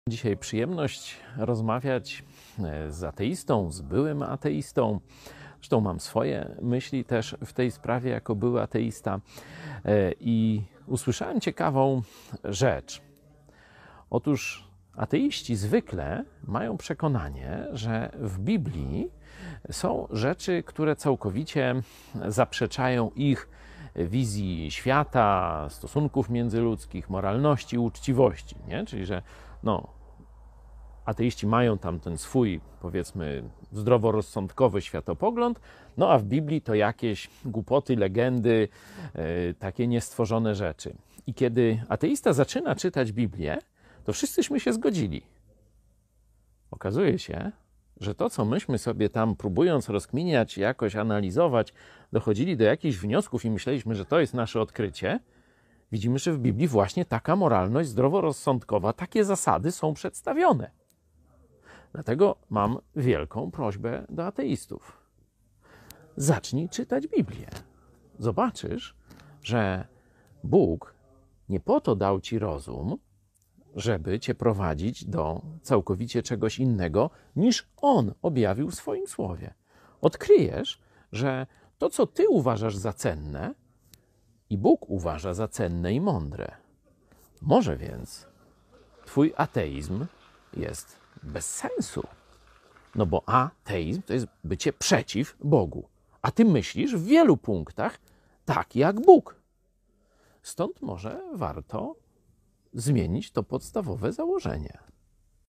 Dzisiaj przyjemność rozmawiać z ateistą, z byłym ateistą. Zresztą mam swoje myśli też w tej sprawie jako były ateista. I usłyszałem ciekawą rzecz. Otóż ateiści zwykle mają przekonanie, że w Biblii są rzeczy, które całkowicie zaprzeczają ich wizji świata, stosunków międzyludzkich, moralności, uczciwości. Nie? Czyli, że ateiści mają tam ten swój, powiedzmy, zdroworozsądkowy światopogląd, a w Biblii to jakieś głupoty, legendy, takie niestworzone rzeczy. I kiedy ateista zaczyna czytać Biblię, to wszyscyśmy się zgodzili. Okazuje się, że to, co myśmy sobie tam próbując rozkminiać, jakoś analizować, dochodzili do jakichś wniosków i myśleliśmy, że to jest nasze odkrycie, widzimy, że w Biblii właśnie taka moralność zdroworozsądkowa, takie zasady są przedstawione. Dlatego mam wielką prośbę do ateistów. Zacznij czytać Biblię. Zobaczysz, że Bóg nie po to dał ci rozum, żeby cię prowadzić do całkowicie czegoś innego, niż On objawił w swoim słowie. Odkryjesz, że to, co ty uważasz za cenne, i Bóg uważa za cenne i mądre. Może więc twój ateizm jest bez sensu. Bo ateizm to jest bycie przeciw Bogu. A ty myślisz w wielu punktach tak jak Bóg. Stąd może warto zmienić to podstawowe założenie.